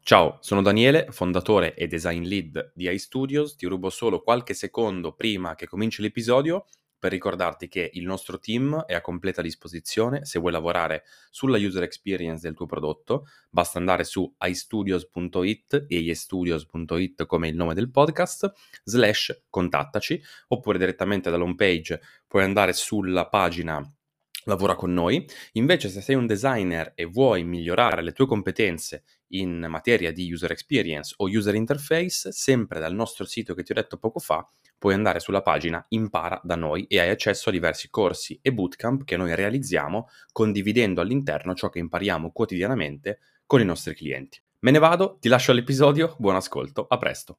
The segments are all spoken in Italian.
Ciao, sono Daniele, fondatore e design lead di iStudios. Ti rubo solo qualche secondo prima che cominci l'episodio per ricordarti che il nostro team è a completa disposizione se vuoi lavorare sulla user experience del tuo prodotto. Basta andare su istudios.it e istudios.it come il nome del podcast, /contattaci, oppure direttamente dall'home page puoi andare sulla pagina Lavora con noi. Invece, se sei un designer e vuoi migliorare le tue competenze in materia di user experience o user interface, sempre dal nostro sito che ti ho detto poco fa, puoi andare sulla pagina Impara da noi e hai accesso a diversi corsi e bootcamp che noi realizziamo condividendo all'interno ciò che impariamo quotidianamente con i nostri clienti. Me ne vado, ti lascio all'episodio, buon ascolto, a presto.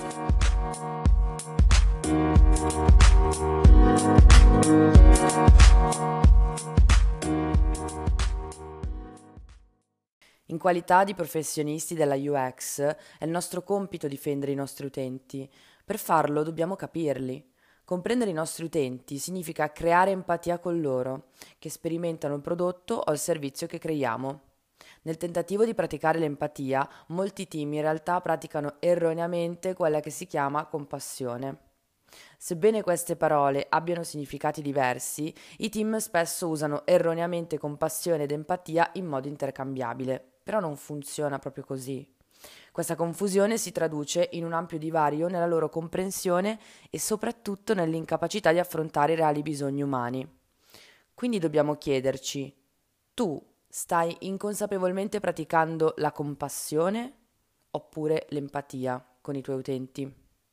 In qualità di professionisti della UX è il nostro compito difendere i nostri utenti. Per farlo dobbiamo capirli. Comprendere i nostri utenti significa creare empatia con loro, che sperimentano il prodotto o il servizio che creiamo. Nel tentativo di praticare l'empatia, molti team in realtà praticano erroneamente quella che si chiama compassione. Sebbene queste parole abbiano significati diversi, i team spesso usano erroneamente compassione ed empatia in modo intercambiabile, però non funziona proprio così. Questa confusione si traduce in un ampio divario nella loro comprensione e soprattutto nell'incapacità di affrontare i reali bisogni umani. Quindi dobbiamo chiederci: tu stai inconsapevolmente praticando la compassione oppure l'empatia con i tuoi utenti?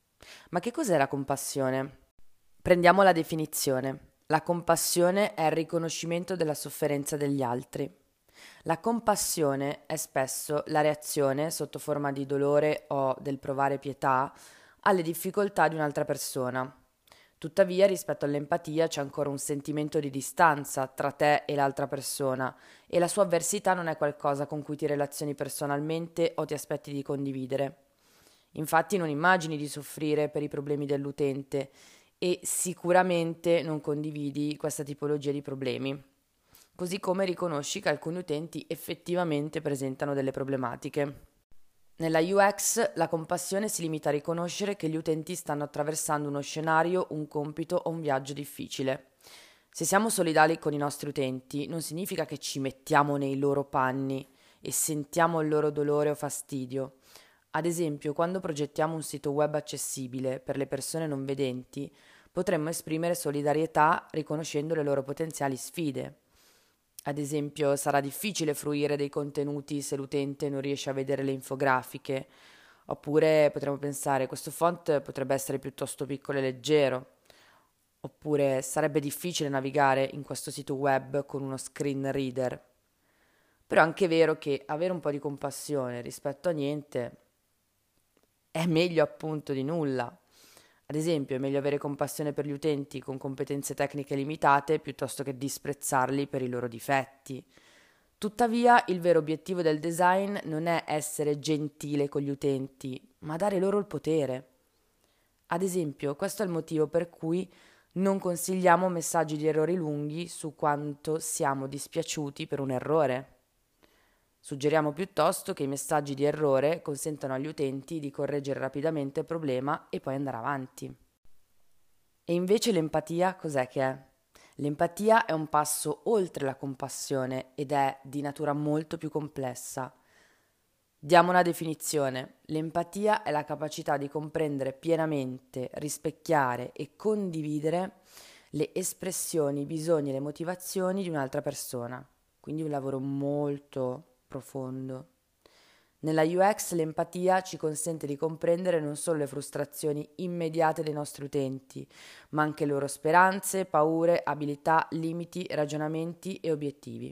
Ma che cos'è la compassione? Prendiamo la definizione. La compassione è il riconoscimento della sofferenza degli altri. La compassione è spesso la reazione, sotto forma di dolore o del provare pietà, alle difficoltà di un'altra persona. Tuttavia, rispetto all'empatia c'è ancora un sentimento di distanza tra te e l'altra persona e la sua avversità non è qualcosa con cui ti relazioni personalmente o ti aspetti di condividere. Infatti non immagini di soffrire per i problemi dell'utente e sicuramente non condividi questa tipologia di problemi. Così come riconosci che alcuni utenti effettivamente presentano delle problematiche. Nella UX la compassione si limita a riconoscere che gli utenti stanno attraversando uno scenario, un compito o un viaggio difficile. Se siamo solidali con i nostri utenti, non significa che ci mettiamo nei loro panni e sentiamo il loro dolore o fastidio. Ad esempio, quando progettiamo un sito web accessibile per le persone non vedenti, potremmo esprimere solidarietà riconoscendo le loro potenziali sfide. Ad esempio, sarà difficile fruire dei contenuti se l'utente non riesce a vedere le infografiche, oppure potremmo pensare questo font potrebbe essere piuttosto piccolo e leggero, oppure sarebbe difficile navigare in questo sito web con uno screen reader. Però è anche vero che avere un po' di compassione rispetto a niente è meglio appunto di nulla. Ad esempio, è meglio avere compassione per gli utenti con competenze tecniche limitate piuttosto che disprezzarli per i loro difetti. Tuttavia, il vero obiettivo del design non è essere gentile con gli utenti, ma dare loro il potere. Ad esempio, questo è il motivo per cui non consigliamo messaggi di errori lunghi su quanto siamo dispiaciuti per un errore. Suggeriamo piuttosto che i messaggi di errore consentano agli utenti di correggere rapidamente il problema e poi andare avanti. E invece l'empatia cos'è che è? L'empatia è un passo oltre la compassione ed è di natura molto più complessa. Diamo una definizione. L'empatia è la capacità di comprendere pienamente, rispecchiare e condividere le espressioni, i bisogni e le motivazioni di un'altra persona. Quindi un lavoro molto profondo. Nella UX l'empatia ci consente di comprendere non solo le frustrazioni immediate dei nostri utenti, ma anche le loro speranze, paure, abilità, limiti, ragionamenti e obiettivi.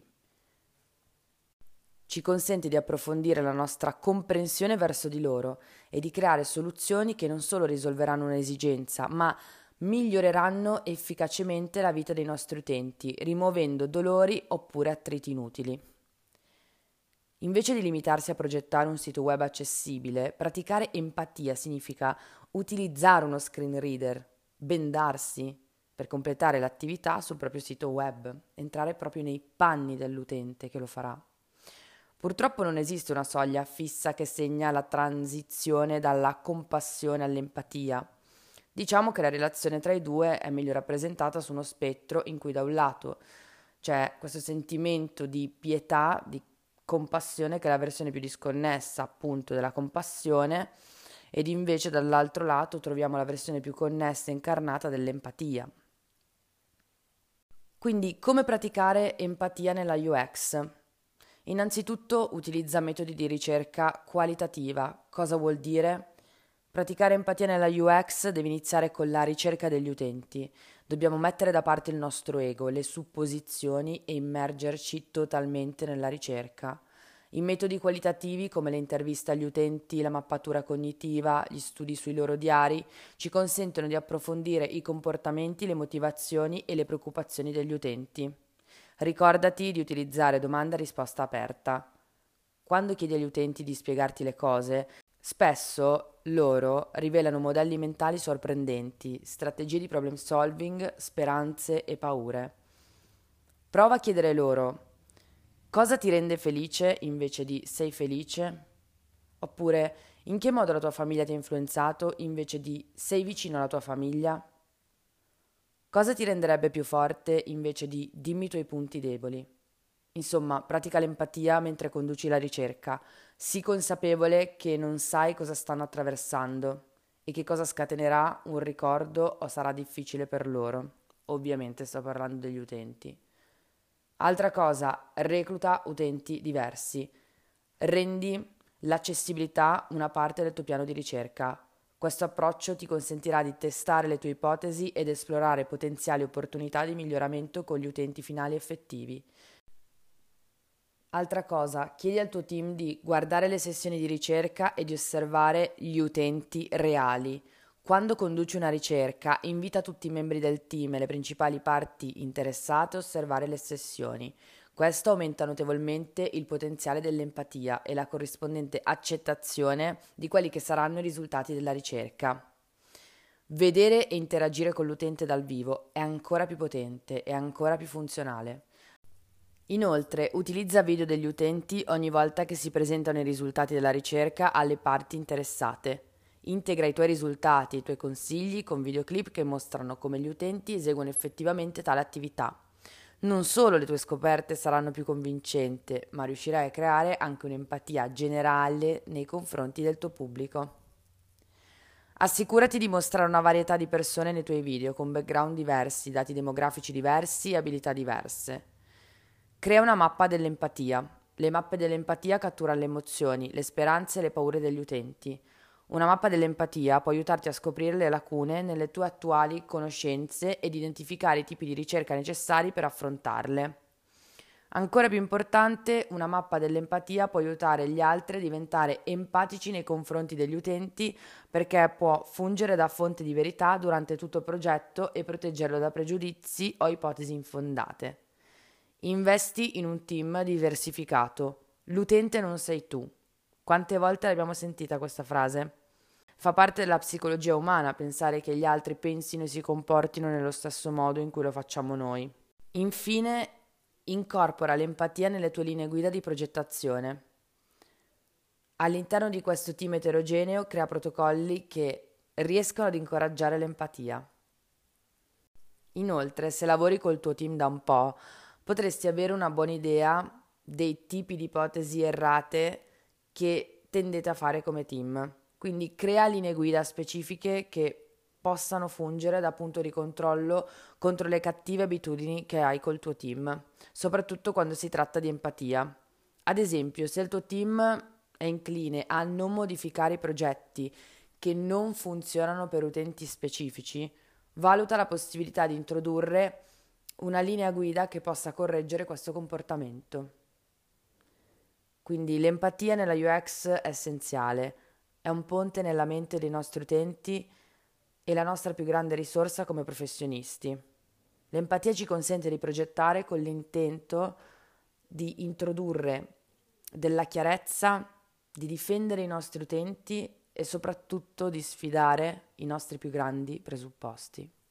Ci consente di approfondire la nostra comprensione verso di loro e di creare soluzioni che non solo risolveranno un'esigenza, ma miglioreranno efficacemente la vita dei nostri utenti, rimuovendo dolori oppure attriti inutili. Invece di limitarsi a progettare un sito web accessibile, praticare empatia significa utilizzare uno screen reader, bendarsi per completare l'attività sul proprio sito web, entrare proprio nei panni dell'utente che lo farà. Purtroppo non esiste una soglia fissa che segna la transizione dalla compassione all'empatia. Diciamo che la relazione tra i due è meglio rappresentata su uno spettro in cui da un lato c'è questo sentimento di pietà, di compassione, che è la versione più disconnessa appunto della compassione, ed invece dall'altro lato troviamo la versione più connessa e incarnata dell'empatia. Quindi, come praticare empatia nella UX? Innanzitutto utilizza metodi di ricerca qualitativa. Cosa vuol dire? Praticare empatia nella UX deve iniziare con la ricerca degli utenti. Dobbiamo mettere da parte il nostro ego, le supposizioni e immergerci totalmente nella ricerca. I metodi qualitativi come le interviste agli utenti, la mappatura cognitiva, gli studi sui loro diari ci consentono di approfondire i comportamenti, le motivazioni e le preoccupazioni degli utenti. Ricordati di utilizzare domanda e risposta aperta. Quando chiedi agli utenti di spiegarti le cose, spesso loro rivelano modelli mentali sorprendenti, strategie di problem solving, speranze e paure. Prova a chiedere loro: cosa ti rende felice invece di sei felice? Oppure in che modo la tua famiglia ti ha influenzato invece di sei vicino alla tua famiglia? Cosa ti renderebbe più forte invece di dimmi i tuoi punti deboli? Insomma, pratica l'empatia mentre conduci la ricerca. Sii consapevole che non sai cosa stanno attraversando e che cosa scatenerà un ricordo o sarà difficile per loro. Ovviamente sto parlando degli utenti. Altra cosa, recluta utenti diversi. Rendi l'accessibilità una parte del tuo piano di ricerca. Questo approccio ti consentirà di testare le tue ipotesi ed esplorare potenziali opportunità di miglioramento con gli utenti finali effettivi. Altra cosa, chiedi al tuo team di guardare le sessioni di ricerca e di osservare gli utenti reali. Quando conduci una ricerca, invita tutti i membri del team e le principali parti interessate a osservare le sessioni. Questo aumenta notevolmente il potenziale dell'empatia e la corrispondente accettazione di quelli che saranno i risultati della ricerca. Vedere e interagire con l'utente dal vivo è ancora più potente e ancora più funzionale. Inoltre, utilizza video degli utenti ogni volta che si presentano i risultati della ricerca alle parti interessate. Integra i tuoi risultati e i tuoi consigli con videoclip che mostrano come gli utenti eseguono effettivamente tale attività. Non solo le tue scoperte saranno più convincenti, ma riuscirai a creare anche un'empatia generale nei confronti del tuo pubblico. Assicurati di mostrare una varietà di persone nei tuoi video, con background diversi, dati demografici diversi e abilità diverse. Crea una mappa dell'empatia. Le mappe dell'empatia catturano le emozioni, le speranze e le paure degli utenti. Una mappa dell'empatia può aiutarti a scoprire le lacune nelle tue attuali conoscenze ed identificare i tipi di ricerca necessari per affrontarle. Ancora più importante, una mappa dell'empatia può aiutare gli altri a diventare empatici nei confronti degli utenti, perché può fungere da fonte di verità durante tutto il progetto e proteggerlo da pregiudizi o ipotesi infondate. Investi in un team diversificato. L'utente non sei tu. Quante volte l'abbiamo sentita questa frase? Fa parte della psicologia umana pensare che gli altri pensino e si comportino nello stesso modo in cui lo facciamo noi. Infine, incorpora l'empatia nelle tue linee guida di progettazione. All'interno di questo team eterogeneo crea protocolli che riescano ad incoraggiare l'empatia. Inoltre, se lavori col tuo team da un po', potresti avere una buona idea dei tipi di ipotesi errate che tendete a fare come team. Quindi crea linee guida specifiche che possano fungere da punto di controllo contro le cattive abitudini che hai col tuo team, soprattutto quando si tratta di empatia. Ad esempio, se il tuo team è incline a non modificare i progetti che non funzionano per utenti specifici, valuta la possibilità di introdurre una linea guida che possa correggere questo comportamento. Quindi l'empatia nella UX è essenziale, è un ponte nella mente dei nostri utenti e la nostra più grande risorsa come professionisti. L'empatia ci consente di progettare con l'intento di introdurre della chiarezza, di difendere i nostri utenti e soprattutto di sfidare i nostri più grandi presupposti.